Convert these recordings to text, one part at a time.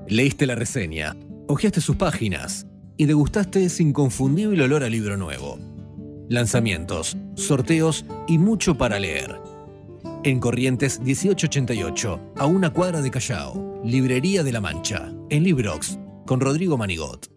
Leíste la reseña, hojeaste sus páginas y degustaste ese inconfundible olor a libro nuevo. Lanzamientos, sorteos y mucho para leer. En Corrientes 1888, a una cuadra de Callao, Librería de la Mancha, en Librox, con Rodrigo Manigot.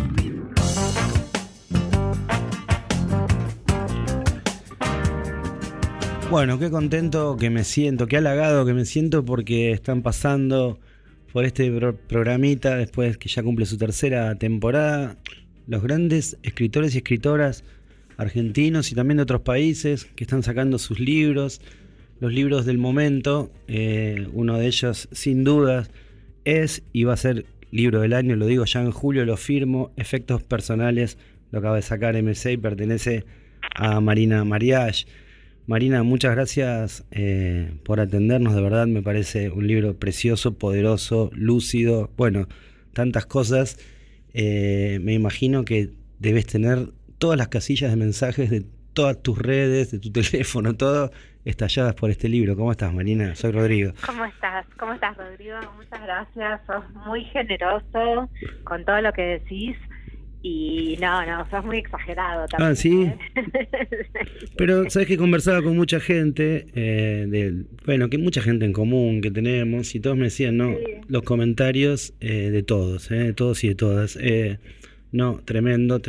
Bueno, qué contento que me siento, qué halagado que me siento porque están pasando por este programita, después que ya cumple su tercera temporada, los grandes escritores y escritoras argentinos y también de otros países que están sacando sus libros, los libros del momento. Uno de ellos, sin dudas, es y va a ser libro del año, lo digo ya en julio, lo firmo, Efectos Personales, lo acaba de sacar MC y pertenece a Marina Mariach. Marina, muchas gracias por atendernos, de verdad me parece un libro precioso, poderoso, lúcido, bueno, tantas cosas. Me imagino que debes tener todas las casillas de mensajes de todas tus redes, de tu teléfono, todo estalladas por este libro. ¿Cómo estás, Marina? Soy Rodrigo. ¿Cómo estás? ¿Cómo estás, Rodrigo? Muchas gracias, sos muy generoso con todo lo que decís. Y no, sos muy exagerado también. Ah, ¿sí? ¿Eh? Pero sabes que conversaba con mucha gente, que mucha gente en común que tenemos, y todos me decían, no, sí, los comentarios de todos y de todas. No, tremendo.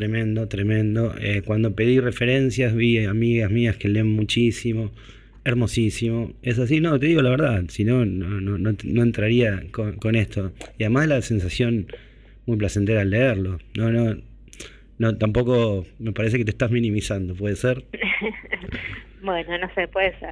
Cuando pedí referencias, vi amigas mías que leen muchísimo, hermosísimo. Es así, no, te digo la verdad, si no entraría con esto. Y además la sensación muy placentera al leerlo. No, tampoco me parece que te estás minimizando, ¿puede ser? Bueno, no sé, puede ser.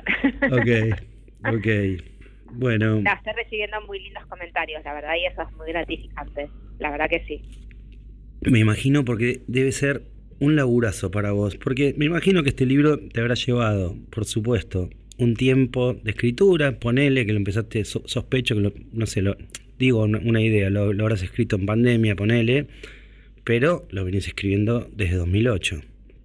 Ok. Bueno. No, estoy recibiendo muy lindos comentarios, la verdad, y eso es muy gratificante. La verdad que sí. Me imagino, porque debe ser un laburazo para vos, porque me imagino que este libro te habrá llevado, por supuesto, un tiempo de escritura, ponele que lo empezaste, sospecho que digo una idea, lo habrás escrito en pandemia, ponele, pero lo venís escribiendo desde 2008.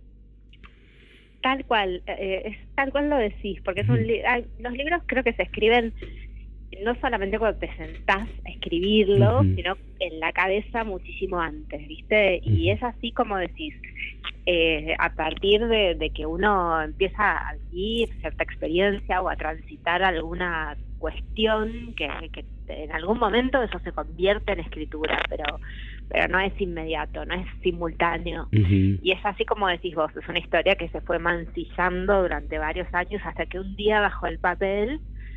Tal cual, es tal cual lo decís, porque los libros creo que se escriben no solamente cuando te sentás a escribirlo, sino en la cabeza muchísimo antes, ¿viste? Y es así como decís, a partir de que uno empieza a vivir cierta experiencia o a transitar alguna cuestión que en algún momento eso se convierte en escritura, pero no es inmediato, no es simultáneo. Y es así como decís vos, es una historia que se fue mancillando durante varios años hasta que un día bajó el papel,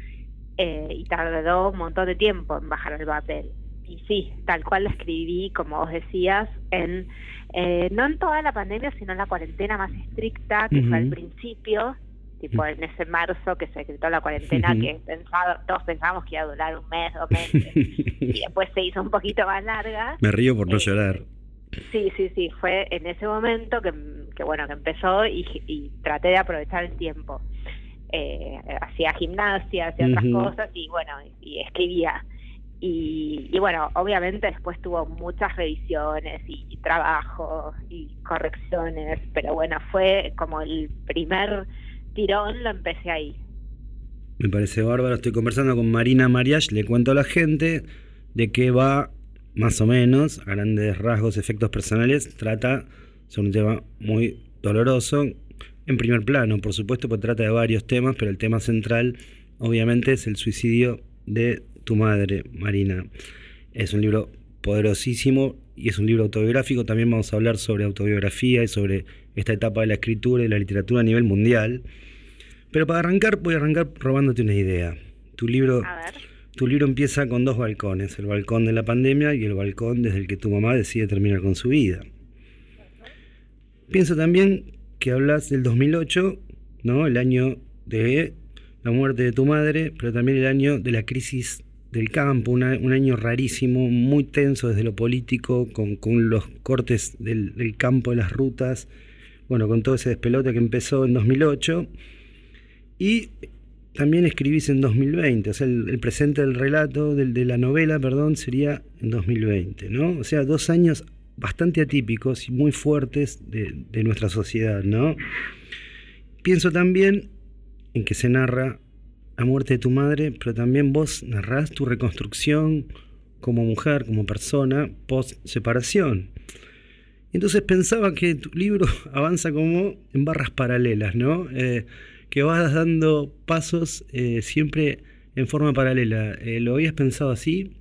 y tardó un montón de tiempo en bajar el papel. Y sí, tal cual lo escribí, como vos decías, no en toda la pandemia, sino en la cuarentena más estricta, que fue al principio, tipo en ese marzo que se decretó la cuarentena, que todos pensábamos que iba a durar un mes, 2 meses, y después se hizo un poquito más larga. Me río por no llorar. Sí, fue en ese momento que empezó y traté de aprovechar el tiempo. Hacía gimnasia, hacía otras cosas y escribía. Y bueno, obviamente después tuvo muchas revisiones y trabajo y correcciones, pero bueno, fue como el primer tirón, lo empecé ahí. Me parece bárbaro. Estoy conversando con Marina Mariach, le cuento a la gente de qué va más o menos, a grandes rasgos, Efectos Personales. Trata sobre un tema muy doloroso, en primer plano, por supuesto, porque trata de varios temas, pero el tema central, obviamente, es el suicidio de tu madre, Marina. Es un libro poderosísimo y es un libro autobiográfico. También vamos a hablar sobre autobiografía y sobre esta etapa de la escritura y la literatura a nivel mundial. Pero para arrancar, voy a arrancar robándote una idea. Tu libro empieza con 2 balcones, el balcón de la pandemia y el balcón desde el que tu mamá decide terminar con su vida. Pienso también que hablas del 2008, ¿no? El año de la muerte de tu madre, pero también el año de la crisis del campo, un año rarísimo, muy tenso desde lo político, con los cortes del campo, de las rutas, bueno, con todo ese despelote que empezó en 2008. Y también escribís en 2020, o sea, el presente del relato, de la novela, sería en 2020, ¿no? O sea, 2 años bastante atípicos y muy fuertes de nuestra sociedad, ¿no? Pienso también en que se narra la muerte de tu madre, pero también vos narrás tu reconstrucción como mujer, como persona, post separación. Entonces pensaba que tu libro avanza como en barras paralelas, ¿no? Que vas dando pasos siempre en forma paralela. ¿Lo habías pensado así?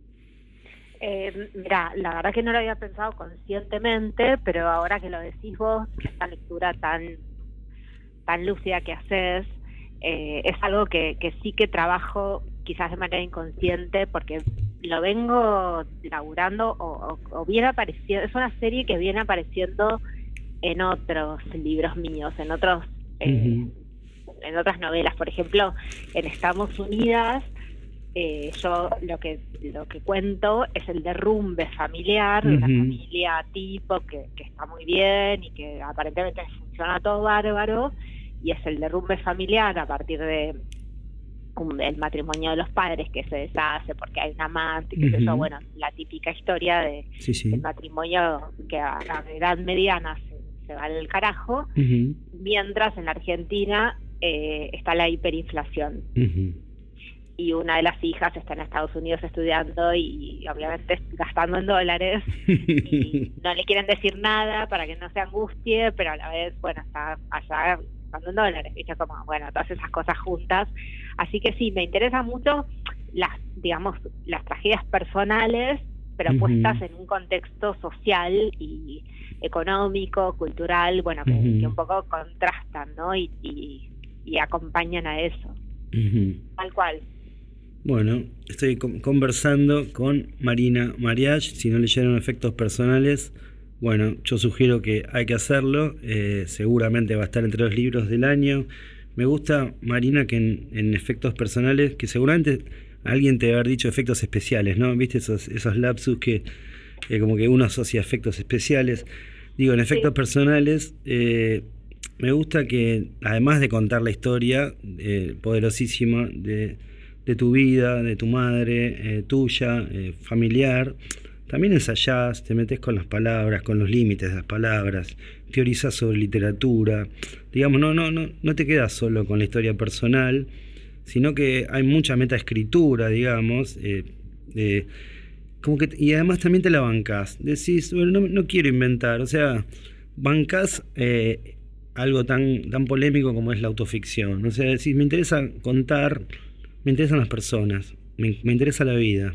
Mira, la verdad que no lo había pensado conscientemente, pero ahora que lo decís vos, esta lectura tan lúcida que haces, es algo que sí que trabajo quizás de manera inconsciente, porque lo vengo laburando o viene apareciendo, es una serie que viene apareciendo en otros libros míos, en otros en otras novelas. Por ejemplo, en Estamos Unidas, yo lo que cuento es el derrumbe familiar de una familia tipo que está muy bien y que aparentemente funciona todo bárbaro, y es el derrumbe familiar a partir de el matrimonio de los padres que se deshace porque hay un amante, qué sé yo, bueno, la típica historia de el matrimonio que a la edad mediana se va al carajo, mientras en la Argentina está la hiperinflación. Y una de las hijas está en Estados Unidos estudiando y obviamente gastando en dólares y no le quieren decir nada para que no se angustie, pero a la vez, bueno, está allá gastando en dólares, ¿viste? Como, bueno, todas esas cosas juntas. Así que sí, me interesa mucho las tragedias personales, pero puestas en un contexto social y económico, cultural, bueno, que un poco contrastan, ¿no? Y acompañan a eso. Tal cual. Bueno, estoy conversando con Marina Mariach. Si no leyeron Efectos Personales, bueno, yo sugiero que hay que hacerlo. Seguramente va a estar entre los libros del año. Me gusta, Marina, que en Efectos Personales, que seguramente alguien te va a haber dicho efectos especiales, ¿no? ¿Viste esos lapsus que como que uno asocia efectos especiales? Digo, en Efectos Personales, me gusta que, además de contar la historia poderosísima de tu vida, de tu madre, tuya, familiar, también ensayás, te metes con las palabras, con los límites de las palabras, teorizás sobre literatura. Digamos, no te quedas solo con la historia personal, sino que hay mucha metaescritura, digamos, como que, y además también te la bancás. Decís, bueno, no quiero inventar, o sea, bancás algo tan polémico como es la autoficción. O sea, decís, me interesa contar, me interesan las personas, me interesa la vida.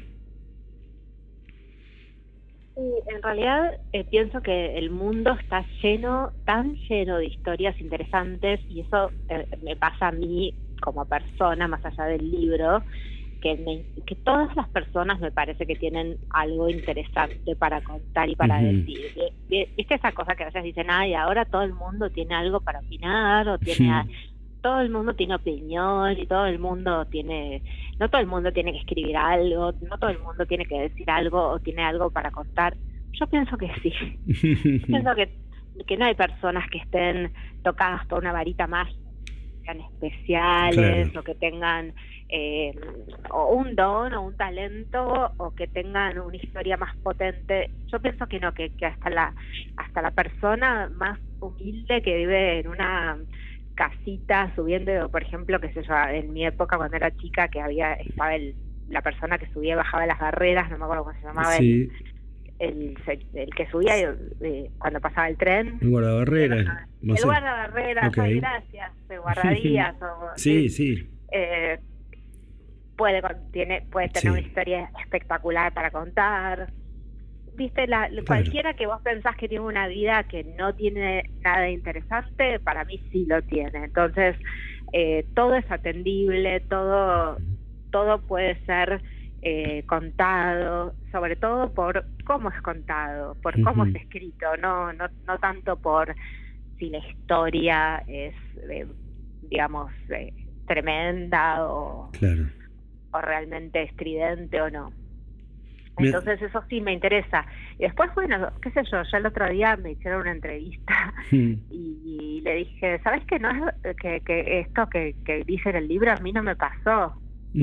Sí, en realidad pienso que el mundo está tan lleno de historias interesantes, y eso me pasa a mí como persona, más allá del libro, que todas las personas me parece que tienen algo interesante para contar y para decir. ¿Viste esa cosa que a veces dicen, ay, ahora todo el mundo tiene algo para opinar, o todo el mundo tiene opinión, y no todo el mundo tiene que escribir algo, no todo el mundo tiene que decir algo o tiene algo para contar? Yo pienso que sí. Pienso que no hay personas que estén tocadas por una varita mágica, sean especiales, claro, o que tengan o un don o un talento, o que tengan una historia más potente. Yo pienso que no, que hasta la persona más humilde que vive en una casita subiendo, por ejemplo, qué sé yo, en mi época cuando era chica, que estaba la persona que subía y bajaba las barreras, no me acuerdo cómo se llamaba, sí, el que subía cuando pasaba el tren, el guardabarreras, el guardabarreras, okay, gracias, de guardadías sí. Puede tener una historia espectacular para contar. Viste, cualquiera que vos pensás que tiene una vida que no tiene nada interesante, para mí sí lo tiene. Entonces, todo es atendible, todo puede ser contado, sobre todo por cómo es contado, por cómo es escrito, no tanto por si la historia es, digamos, tremenda o realmente estridente o no. Entonces eso sí me interesa. Y después, bueno, qué sé yo, ya el otro día me hicieron una entrevista y le dije, ¿sabes qué? No es que esto que dice en el libro a mí no me pasó.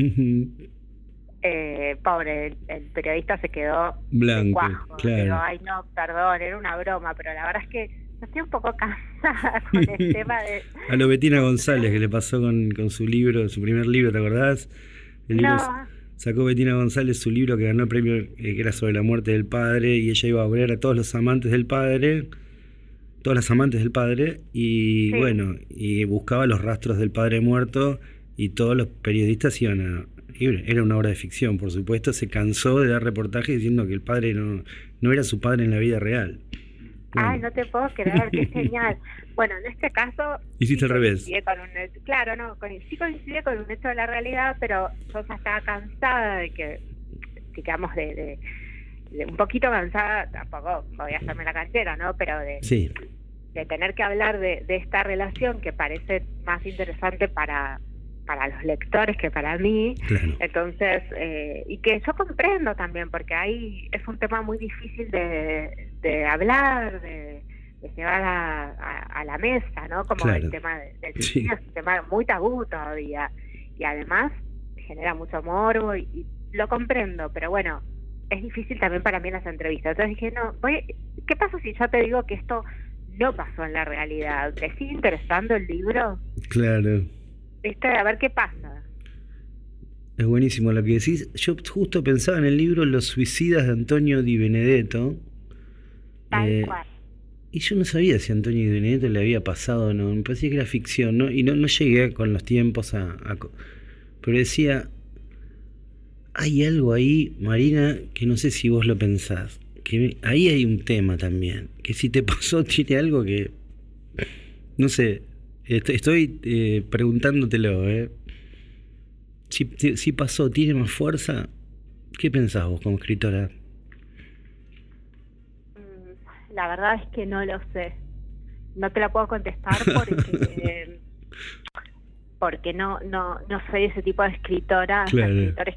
Pobre, el periodista se quedó blanco, cuajo, claro. Digo, ay no, perdón, era una broma, pero la verdad es que estoy un poco cansada con el tema de... A lo Bettina González, que le pasó con su libro, su primer libro, ¿te acordás? El libro sacó Betina González su libro que ganó el premio, que era sobre la muerte del padre, y ella iba a ver a todos los amantes del padre, todas las amantes del padre, y Sí. bueno, y buscaba los rastros del padre muerto, y todos los periodistas iban a... Era una obra de ficción, por supuesto. Se cansó de dar reportajes diciendo que el padre no era su padre en la vida real. Ay, Bueno. no te puedo creer, qué genial. Bueno, en este caso... Hiciste al revés. coincidí con claro, no, sí coincidí con un hecho de la realidad, pero yo ya estaba cansada de que, digamos, de un poquito cansada, tampoco voy a hacerme la canchera, ¿no? Pero Sí, de tener que hablar de esta relación que parece más interesante para los lectores que para mí. claro. Entonces, y que yo comprendo también, porque ahí es un tema muy difícil de hablar, de llevar a la mesa, ¿no? Como Claro. el tema del Sí. suicidio es un tema muy tabú todavía, y además genera mucho morbo, y lo comprendo, pero bueno, es difícil también para mí en las entrevistas. Entonces dije, no, ¿qué pasa si yo te digo que esto no pasó en la realidad? ¿Te sigue interesando el libro? Claro. ¿Viste? A ver qué pasa. Es buenísimo lo que decís. Yo justo pensaba en el libro Los suicidas de Antonio Di Benedetto. Tal cual. Y yo no sabía si a Antonio Di Benedetto le había pasado o no. Me parecía que era ficción, ¿no? Y no llegué con los tiempos pero decía, hay algo ahí, Marina, que no sé si vos lo pensás. Que ahí hay un tema también. Que si te pasó, tiene algo que... No sé, estoy preguntándotelo, ¿eh? Si pasó, ¿tiene más fuerza? ¿Qué pensás vos como escritora? La verdad es que no lo sé. No te la puedo contestar porque no soy ese tipo de escritora, Claro. escritores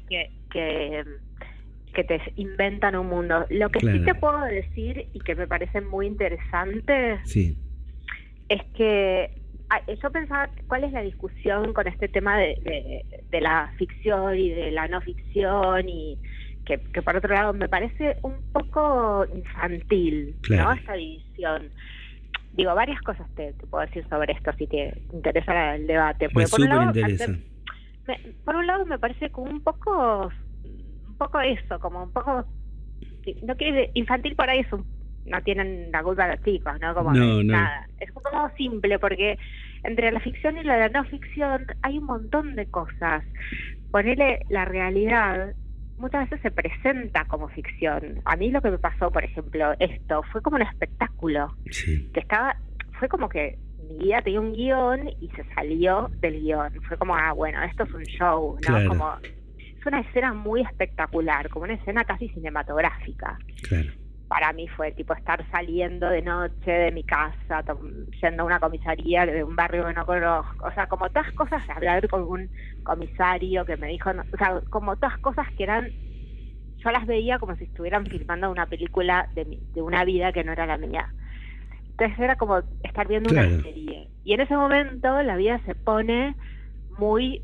que te inventan un mundo. Lo que sí Claro. te puedo decir, y que me parece muy interesante, Sí, es que yo pensaba, ¿cuál es la discusión con este tema de la ficción y de la no ficción? Y que por otro lado me parece un poco infantil, Claro. ¿no? Esta división. Digo, varias cosas te puedo decir sobre esto si te interesa el debate. me Porque por un súper lado, interesa. por un lado me parece como un poco eso, como un poco, no quiere infantil, por ahí no tienen la culpa los chicos, ¿no? Como No, no. nada. Es un poco simple porque entre la ficción y la no ficción hay un montón de cosas. Ponerle la realidad muchas veces se presenta como ficción. A mí lo que me pasó, por ejemplo, esto fue como un espectáculo Sí, que fue como que mi vida tenía un guión y se salió del guión. Fue como, bueno, esto es un show, ¿no? Claro. Como es una escena muy espectacular, como una escena casi cinematográfica. claro. Para mí fue tipo estar saliendo de noche de mi casa, yendo a una comisaría de un barrio que no conozco, o sea, como todas cosas, hablar con un comisario que me dijo, o sea, como todas cosas que eran, yo las veía como si estuvieran filmando una película de una vida que no era la mía. Entonces era como estar viendo Claro. una serie. Y en ese momento la vida se pone muy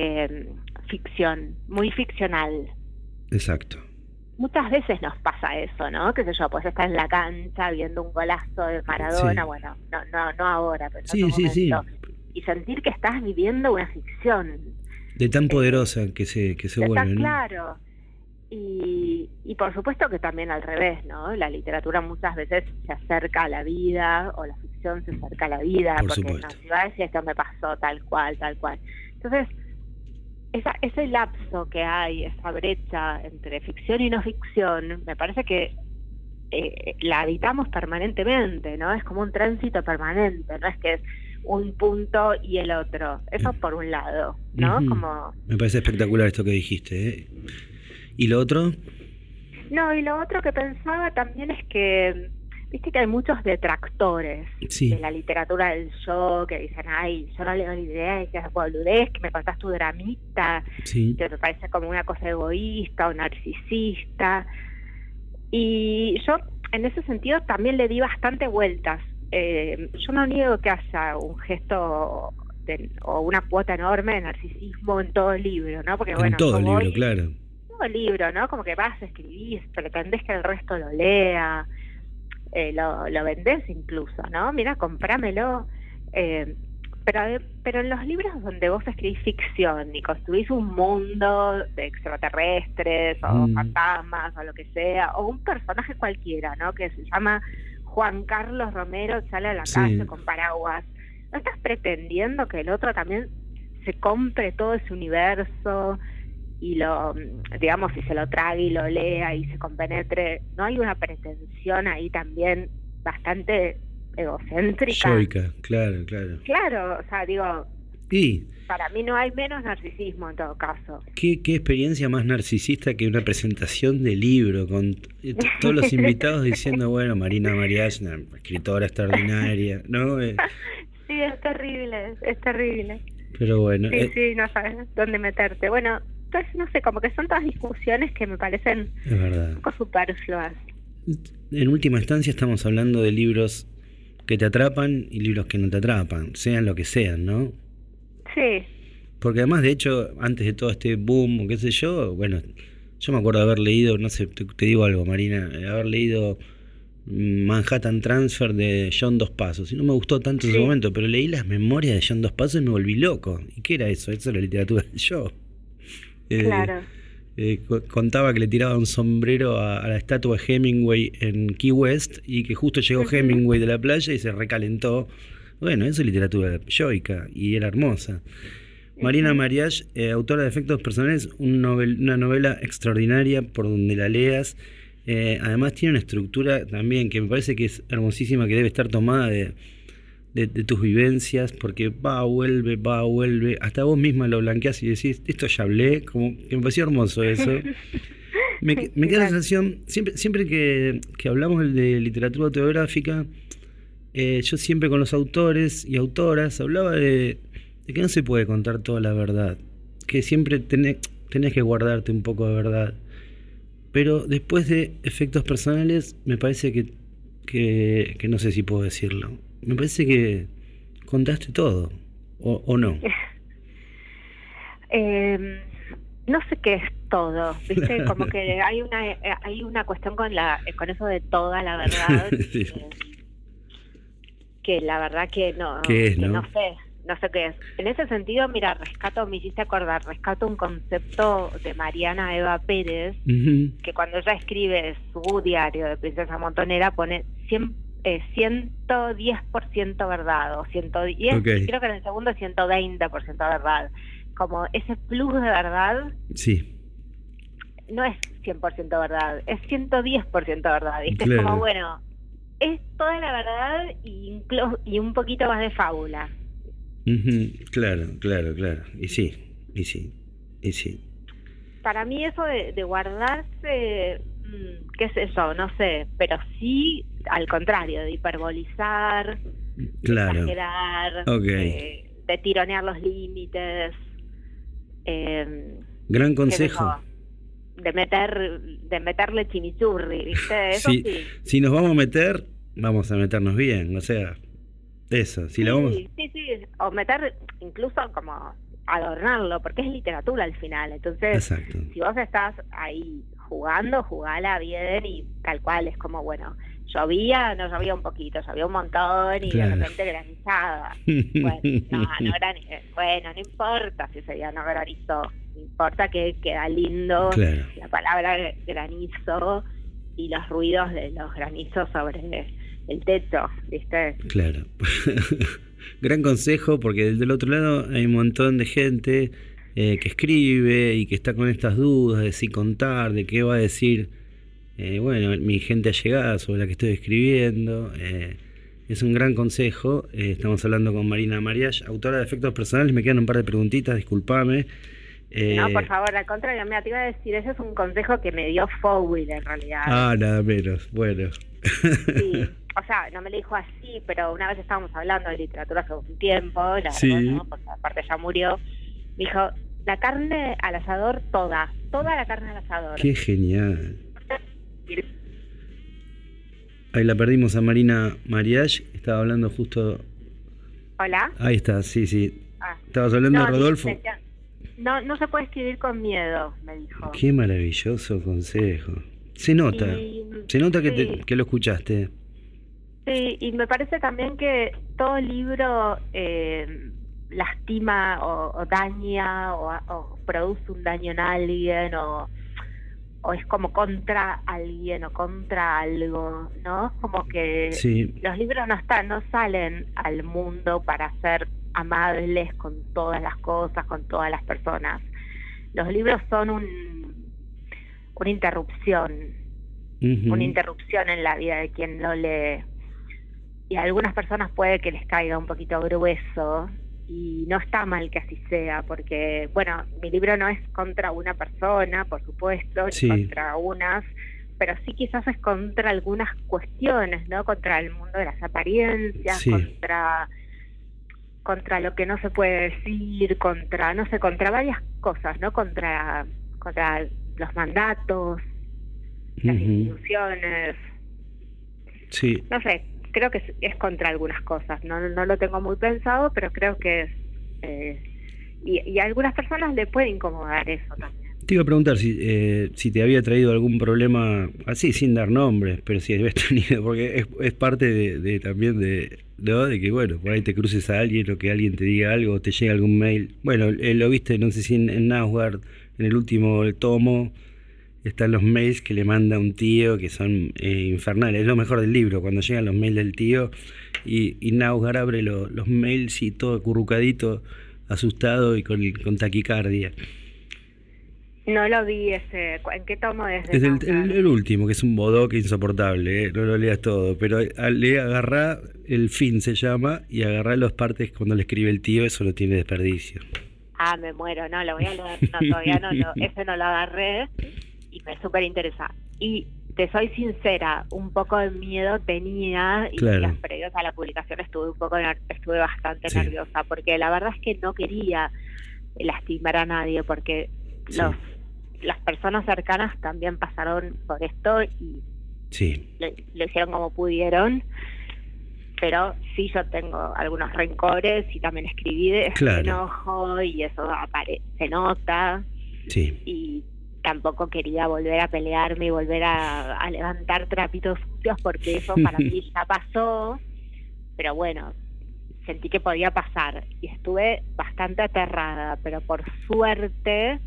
ficción, muy ficcional. Exacto. Muchas veces nos pasa eso, ¿no? Qué sé yo, pues estás en la cancha viendo un golazo de Maradona, Sí. bueno, no ahora, pero en Sí, otro sí, momento. Y sentir que estás viviendo una ficción. De tan poderosa que se Está vuelve, ¿no? claro. Y por supuesto que también al revés, ¿no? La literatura muchas veces se acerca a la vida, o la ficción se acerca a la vida, Por porque supuesto. no, si va a decir esto me pasó tal cual. Entonces, ese lapso que hay, esa brecha entre ficción y no ficción, me parece que la habitamos permanentemente, ¿no? Es como un tránsito permanente, no es que es un punto y el otro. Eso por un lado, ¿no? Ujú. Como Me parece espectacular esto que dijiste, ¿eh? ¿Y lo otro? no, y lo otro que pensaba también es que, viste que hay muchos detractores Sí. de la literatura del yo, que dicen, ay, yo no le doy idea de que es boludez, que me contás tu dramita, Sí. que me parece como una cosa egoísta o narcisista. Y yo, en ese sentido, también le di bastante vueltas. Yo no niego que haya un gesto o una cuota enorme de narcisismo en todo el libro, ¿no? Porque, bueno, En todo el yo libro, claro. todo el libro, ¿no? Como que vas, escribís, pretendés que el resto lo lea, lo vendés incluso, ¿no? Mira, comprámelo. pero en los libros donde vos escribís ficción y construís un mundo de extraterrestres o fantasmas o lo que sea, o un personaje cualquiera, ¿no? Que se llama Juan Carlos Romero, sale a la calle con paraguas. ¿No estás pretendiendo que el otro también se compre todo ese universo y lo, digamos, si se lo trague y lo lea y se compenetre? ¿No hay una pretensión ahí también bastante egocéntrica? Yoica, claro. Claro, o sea, digo, Y para mí no hay menos narcisismo en todo caso. ¿Qué experiencia más narcisista que una presentación de libro con todos los invitados diciendo, bueno, Marina Mariach, una escritora extraordinaria, ¿no? Sí, es terrible. Pero bueno. Sí, no sabes dónde meterte. Bueno, entonces, no sé, como que son todas discusiones que me parecen es verdad. un poco superfluas. En última instancia estamos hablando de libros que te atrapan y libros que no te atrapan, sean lo que sean, ¿no? Sí. Porque además, de hecho, antes de todo este boom, o qué sé yo, bueno, yo me acuerdo de haber leído, no sé, te digo algo, Marina, haber leído Manhattan Transfer de John Dos Pasos, y no me gustó tanto en ese momento, pero leí las memorias de John Dos Pasos y me volví loco. ¿Y qué era eso? Eso era la literatura de yo. Claro. Contaba que le tiraba un sombrero a la estatua de Hemingway en Key West y que justo llegó Hemingway de la playa y se recalentó. Bueno, eso es literatura yoica y era hermosa. Marina Mariach, autora de Efectos Personales, una novela extraordinaria por donde la leas. Además tiene una estructura también que me parece que es hermosísima, que debe estar tomada de tus vivencias, porque vuelve, hasta vos misma lo blanqueás y decís, esto ya hablé, como que me pareció hermoso eso. Me queda la sensación, siempre que hablamos de literatura autobiográfica, yo siempre con los autores y autoras hablaba de que no se puede contar toda la verdad, que siempre tenés que guardarte un poco de verdad. Pero después de Efectos Personales, me parece que no sé si puedo decirlo. Me parece que contaste todo, ¿o no? No sé qué es todo, ¿viste? Como que hay una cuestión con eso de toda la verdad. Sí. Que la verdad que no, ¿Qué es, que no? No sé qué es. En ese sentido, mira, me hiciste acordar, rescato un concepto de Mariana Eva Pérez, que cuando ella escribe su diario de Princesa Montonera pone 110% verdad, o 110, creo que en el segundo 120% verdad. Como ese plus de verdad, sí, no es 100% verdad, es 110% verdad, ¿viste? Claro. Es como, bueno, es toda la verdad y un poquito más de fábula. Claro. Y sí. Para mí eso de guardarse, qué sé yo, no sé, pero sí al contrario, de hiperbolizar, claro, de exagerar, de tironear los límites. Gran consejo. De meterle chimichurri, ¿viste? Eso sí. Si nos vamos a meter, vamos a meternos bien, o sea, eso, si la vamos... Sí, o meter, incluso como adornarlo, porque es literatura al final, entonces, exacto, si vos estás ahí jugala bien y tal cual, es como, bueno, no llovía un poquito, llovía un montón y de repente granizaba. Bueno, no importa si ese día no granizó, importa que queda lindo la palabra granizo y los ruidos de los granizos sobre el techo, ¿viste? Claro. Gran consejo, porque del otro lado hay un montón de gente que escribe y que está con estas dudas de si contar, de qué va a decir mi gente allegada sobre la que estoy escribiendo. Es un gran consejo. Estamos hablando con Marina Mariach, autora de Efectos Personales. Me quedan un par de preguntitas, discúlpame. No, por favor, al contrario, mira, te iba a decir, ese es un consejo que me dio Fowell en realidad. Nada menos, bueno. Sí, o sea, no me lo dijo así, pero una vez estábamos hablando de literatura hace un tiempo, la verdad, ¿no? Porque aparte ya murió. Me dijo, la carne al asador, toda la carne al asador. Qué genial. Ahí la perdimos a Marina Mariach, estaba hablando justo... ¿Hola? Ahí está, sí. Estabas hablando de Rodolfo. No se puede escribir con miedo, me dijo. Qué maravilloso consejo. Se nota que lo escuchaste. Sí, y me parece también que todo libro lastima o daña o produce un daño en alguien o es como contra alguien o contra algo, ¿no? Como que Sí. los libros no salen al mundo para ser amables con todas las cosas, con todas las personas. Los libros son una interrupción, una interrupción en la vida de quien lo lee. Y a algunas personas puede que les caiga un poquito grueso, y no está mal que así sea, porque, bueno, mi libro no es contra una persona, por supuesto, Sí. ni contra unas, pero sí quizás es contra algunas cuestiones, ¿no? Contra el mundo de las apariencias, Sí. contra lo que no se puede decir, contra varias cosas, ¿no? Contra los mandatos, las instituciones. Sí. No sé, creo que es contra algunas cosas, no lo tengo muy pensado, pero creo que es... y a algunas personas le puede incomodar eso también. Te iba a preguntar si te había traído algún problema, así sin dar nombres, pero si habías tenido, porque es parte de también ¿no? De que, bueno, por ahí te cruces a alguien o que alguien te diga algo o te llegue algún mail. Bueno, lo viste, no sé si en Nausgard, en el último tomo, están los mails que le manda un tío que son infernales. Es lo mejor del libro, cuando llegan los mails del tío y Nausgard abre los mails y todo acurrucadito, asustado y con taquicardia. No lo vi ese. ¿En qué tomo es? Es el último, que es un bodoque insoportable, no lo leas todo, pero le agarrá, el fin se llama, y agarrá las partes cuando le escribe el tío, eso no tiene desperdicio. Ah, me muero, no, lo voy a leer, no, todavía ese no lo agarré y me súper interesa. Y te soy sincera, un poco de miedo tenía, y claro, las previas a la publicación estuve bastante nerviosa, porque la verdad es que no quería lastimar a nadie, porque las personas cercanas también pasaron por esto y lo hicieron como pudieron, pero sí yo tengo algunos rencores y también escribí de enojo y eso se nota, y tampoco quería volver a pelearme y volver a levantar trapitos sucios, porque eso para mí ya pasó, pero bueno, sentí que podía pasar y estuve bastante aterrada, pero por suerte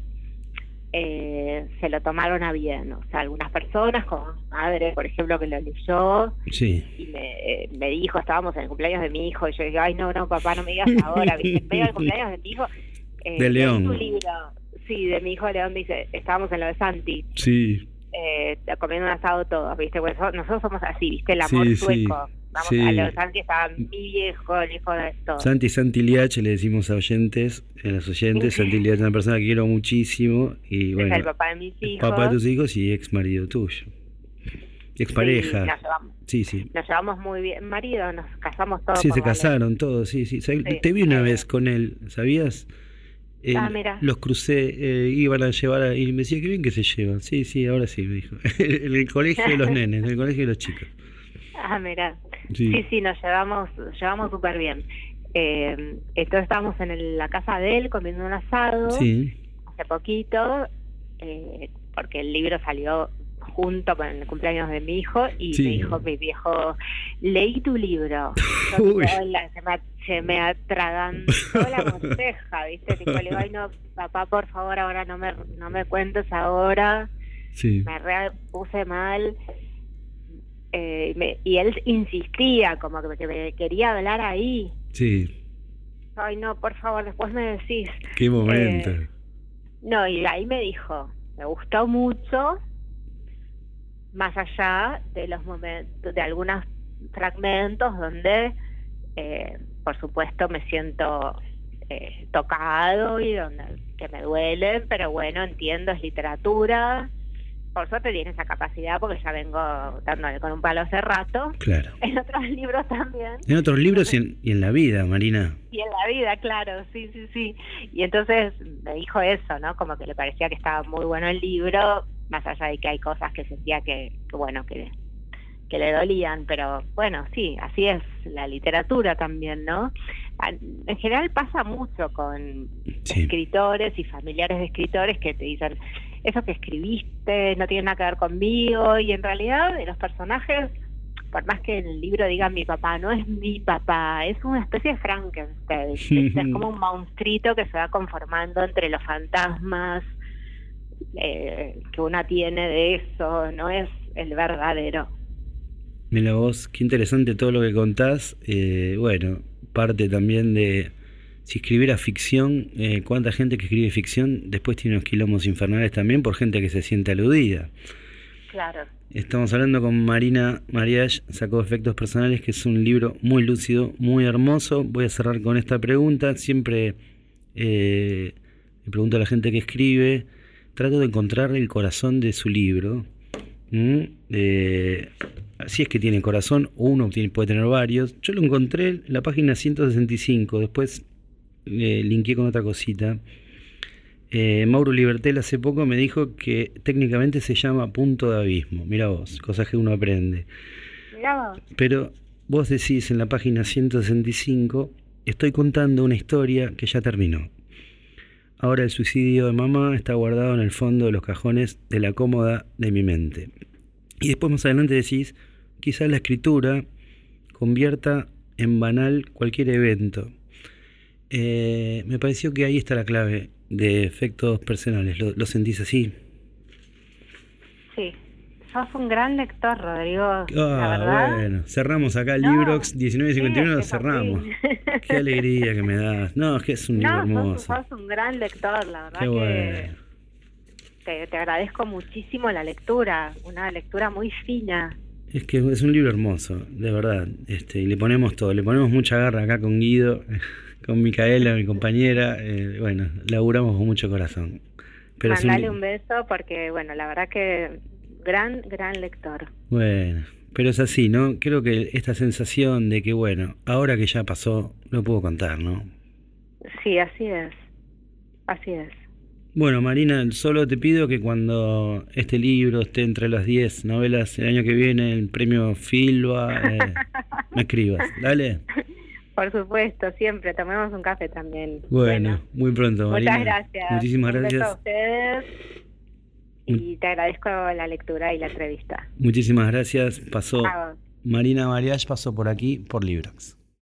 se lo tomaron a bien, o sea, algunas personas, como mi madre, por ejemplo, que lo leyó y me dijo, estábamos en el cumpleaños de mi hijo, y yo digo, ay, no, papá, no me digas ahora, ¿viste? En medio del cumpleaños de mi hijo, de León. Tu libro, de mi hijo León, dice, estábamos en lo de Santi, comiendo un asado todos, ¿viste? Pues nosotros somos así, ¿viste? El amor sueco. Vamos a lo de Santi, estaba mi viejo, el hijo de todos. Santi Liach, le decimos a los oyentes, Santi Liach es una persona que quiero muchísimo, y bueno, es el papá de mis hijos. Papá de tus hijos y ex marido tuyo. Ex pareja. Nos llevamos muy bien. Marido, nos casamos todos. Sí, se casaron todos, Te vi una vez con él, ¿sabías? Mira. Los crucé, iban a llevar y me decía, qué bien que se llevan. Sí, ahora sí, me dijo. En el colegio de los nenes, en el colegio de los chicos. Mira. Sí, nos llevamos súper bien. Entonces estábamos en la casa de él comiendo un asado hace poquito, porque el libro salió junto con el cumpleaños de mi hijo y me dijo mi viejo, leí tu libro. Se me atragantó la morceja, ¿viste? Tipo, le digo, ay no, papá, por favor, ahora no me cuentes ahora. Me puse mal. Y él insistía, como que me quería hablar ahí. Ay no, por favor, después me decís. Qué momento. No, y ahí me dijo, me gustó mucho, más allá de los momentos, de algunos fragmentos donde por supuesto me siento tocado y donde que me duelen, pero bueno, entiendo, es literatura. Por suerte tiene esa capacidad, porque ya vengo dándole con un palo hace rato. Claro. En otros libros también. En otros libros y en la vida, Marina. Y en la vida, claro, sí. Y entonces me dijo eso, ¿no? Como que le parecía que estaba muy bueno el libro, más allá de que hay cosas que sentía que le dolían, pero bueno, sí, así es la literatura también, ¿no? En general pasa mucho con escritores y familiares de escritores que te dicen, eso que escribiste no tiene nada que ver conmigo, y en realidad los personajes por más que el libro diga mi papá, no es mi papá, es una especie de Frankenstein, es como un monstruito que se va conformando entre los fantasmas que una tiene de eso, no es el verdadero. Mira vos, qué interesante todo lo que contás. Bueno, parte también de si escribiera ficción, cuánta gente que escribe ficción después tiene unos quilombos infernales también por gente que se siente aludida. Claro. Estamos hablando con Marina Mariach, Sacó Efectos Personales, que es un libro muy lúcido, muy hermoso. Voy a cerrar con esta pregunta. Siempre le pregunto a la gente que escribe, trato de encontrar el corazón de su libro. Si es que tiene corazón, uno puede tener varios. Yo lo encontré en la página 165, después linkeé con otra cosita. Mauro Libertel hace poco me dijo que técnicamente se llama Punto de Abismo. Mirá vos, cosas que uno aprende. Mirá vos. Pero vos decís en la página 165, estoy contando una historia que ya terminó. Ahora el suicidio de mamá está guardado en el fondo de los cajones de la cómoda de mi mente. Y después más adelante decís, quizás la escritura convierta en banal cualquier evento. Me pareció que ahí está la clave de Efectos Personales. ¿Lo sentís así? Sí, sos un gran lector, Rodrigo. La verdad. Bueno, cerramos acá el Librox 1951, sí, cerramos. Qué alegría que me das. No, es que es un libro hermoso. Sos un gran lector, la verdad. Qué que bueno. te agradezco muchísimo la lectura, una lectura muy fina. Es que es un libro hermoso, de verdad. Y le ponemos todo, le ponemos mucha garra acá con Guido, con Micaela, mi compañera. Bueno, laburamos con mucho corazón. Pero mandale un beso porque, bueno, la verdad que gran lector. Bueno, pero es así, ¿no? Creo que esta sensación de que, bueno, ahora que ya pasó, lo puedo contar, ¿no? Sí, así es. Así es. Bueno, Marina, solo te pido que cuando este libro esté entre las 10 novelas el año que viene, el premio Filba, me escribas. Dale. Por supuesto, siempre. Tomemos un café también. Bueno, muy pronto, Marina. Muchas gracias. Muchísimas gracias. Un beso a ustedes y te agradezco la lectura y la entrevista. Muchísimas gracias. Marina Mariach pasó por aquí, por Librox.